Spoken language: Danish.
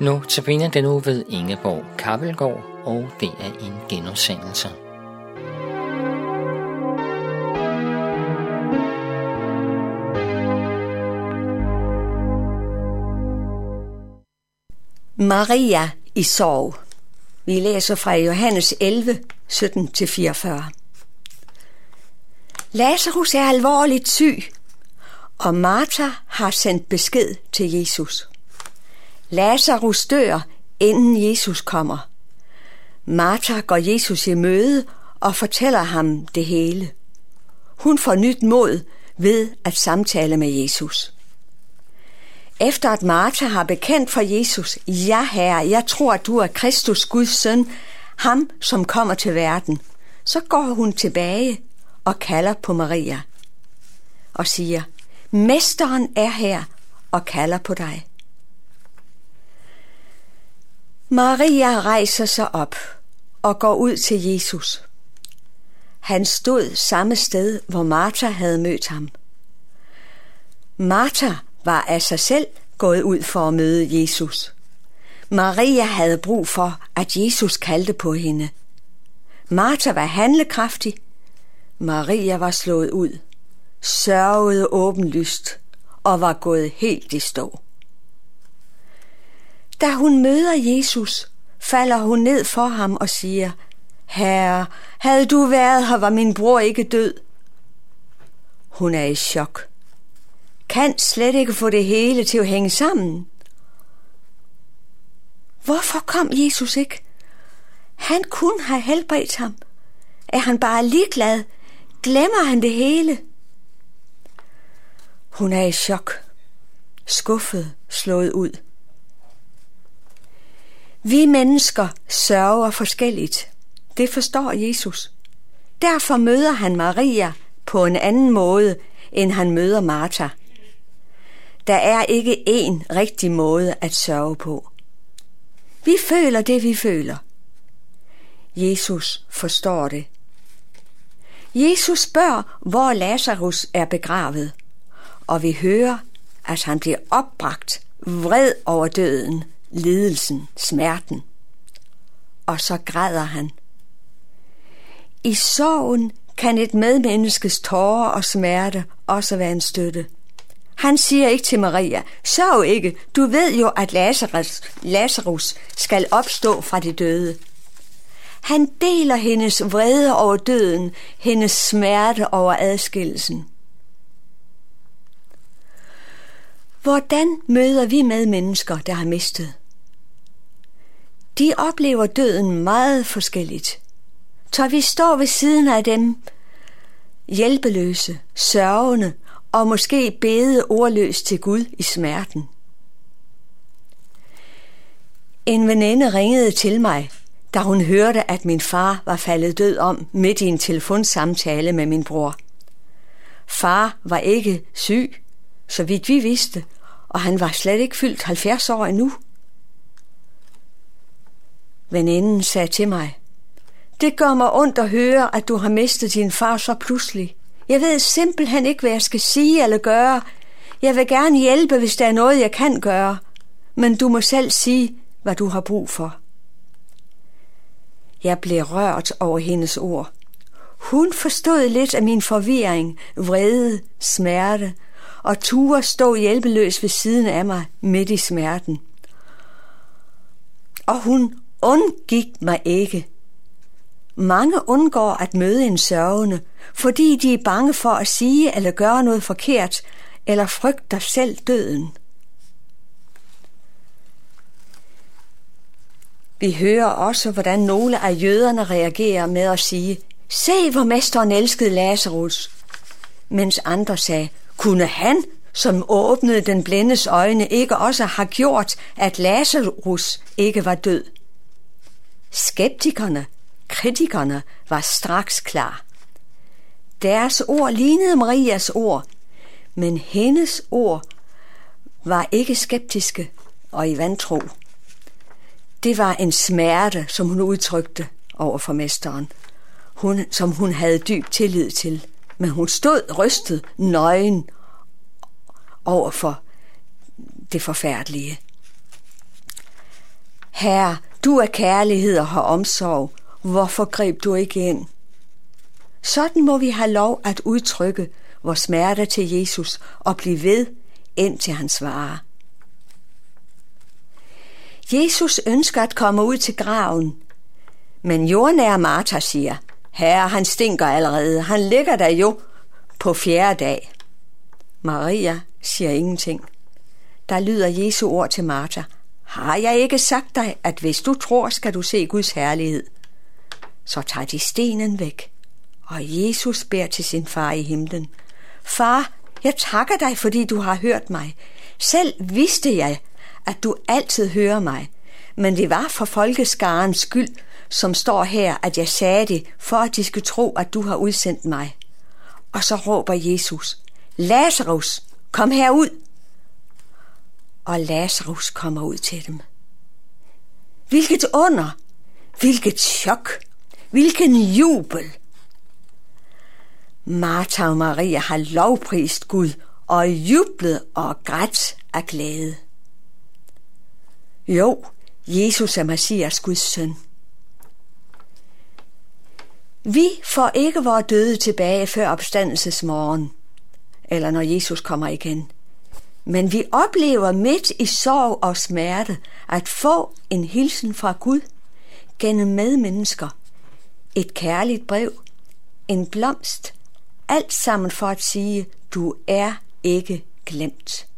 Nu tabiner den uge ved Ingeborg Kappelgaard, og det er en genudsendelse. Maria i sorg. Vi læser fra Johannes 11, 17-44. Lazarus er alvorligt syg, og Martha har sendt besked til Jesus. Lazarus dør, inden Jesus kommer. Martha går Jesus i møde og fortæller ham det hele. Hun får nyt mod ved at samtale med Jesus. Efter at Martha har bekendt for Jesus, ja herre, jeg tror, at du er Kristus, Guds søn, ham som kommer til verden, så går hun tilbage og kalder på Maria og siger, Mesteren er her og kalder på dig. Maria rejser sig op og går ud til Jesus. Han stod samme sted, hvor Martha havde mødt ham. Martha var af sig selv gået ud for at møde Jesus. Maria havde brug for, at Jesus kaldte på hende. Martha var handlekraftig. Maria var slået ud, sørgede åbenlyst og var gået helt i stå. Da hun møder Jesus, falder hun ned for ham og siger, Herre, havde du været her, var min bror ikke død. Hun er i chok. Kan slet ikke få det hele til at hænge sammen. Hvorfor kom Jesus ikke? Han kunne have helbredt ham. Er han bare ligeglad? Glemmer han det hele? Hun er i chok. Skuffet, slået ud. Vi mennesker sørger forskelligt. Det forstår Jesus. Derfor møder han Maria på en anden måde, end han møder Martha. Der er ikke én rigtig måde at sørge på. Vi føler det, vi føler. Jesus forstår det. Jesus spørger, hvor Lazarus er begravet, og vi hører, at han bliver opbragt, vred over døden, lidelsen, smerten. Og så græder han. I sorgen kan et medmenneskes tårer og smerte også være en støtte. Han siger ikke til Maria, sørg ikke, du ved jo, at Lazarus skal opstå fra de døde. Han deler hendes vrede over døden, hendes smerte over adskillelsen. Hvordan møder vi medmennesker, der har mistet? De oplever døden meget forskelligt. Tør vi stå ved siden af dem, hjælpeløse, sørgende, og måske bede ordløst til Gud i smerten. En veninde ringede til mig, da hun hørte, at min far var faldet død om midt i en telefonsamtale med min bror. Far var ikke syg, så vidt vi vidste, og han var slet ikke fyldt 70 år endnu. Veninden sagde til mig, det gør mig ondt at høre, at du har mistet din far så pludselig. Jeg ved simpelthen ikke, hvad jeg skal sige eller gøre. Jeg vil gerne hjælpe, hvis der er noget, jeg kan gøre. Men du må selv sige, hvad du har brug for. Jeg blev rørt over hendes ord. Hun forstod lidt af min forvirring, vrede, smerte, og turde stå hjælpeløs ved siden af mig midt i smerten. Og hun undgik mig ikke. Mange undgår at møde en sørgende, fordi de er bange for at sige eller gøre noget forkert, eller frygter selv døden. Vi hører også, hvordan nogle af jøderne reagerer med at sige, se hvor mesteren elskede Lazarus, mens andre sagde, kunne han, som åbnede den blindes øjne, ikke også have gjort, at Lazarus ikke var død? Skeptikerne, kritikerne var straks klar. Deres ord lignede Marias ord, men hendes ord var ikke skeptiske og i vantro. Det var en smerte, som hun udtrykte over for mesteren, som hun havde dyb tillid til, men hun stod rystet, nøgen over for det forfærdelige. Herre, du er kærlighed og har omsorg. Hvorfor greb du ikke ind? Sådan må vi have lov at udtrykke vores smerter til Jesus og blive ved, indtil han svarer. Jesus ønsker at komme ud til graven, men jordnære Martha siger, Herre, han stinker allerede. Han ligger der jo på 4. dag. Maria siger ingenting. Der lyder Jesu ord til Martha. Har jeg ikke sagt dig, at hvis du tror, skal du se Guds herlighed? Så tager de stenen væk, og Jesus beder til sin far i himlen. Far, jeg takker dig, fordi du har hørt mig. Selv vidste jeg, at du altid hører mig, men det var for folkeskarens skyld, som står her, at jeg sagde det, for at de skal tro, at du har udsendt mig. Og så råber Jesus, Lazarus, kom herud! Og Lazarus kommer ud til dem. Hvilket under, hvilket chok, hvilken jubel! Martha og Maria har lovprist Gud og jublet og grædt af glæde. Jo, Jesus er Messias, Guds søn. Vi får ikke vores døde tilbage før opstandelsesmorgen, eller når Jesus kommer igen. Men vi oplever midt i sorg og smerte at få en hilsen fra Gud gennem medmennesker, et kærligt brev, en blomst, alt sammen for at sige, du er ikke glemt.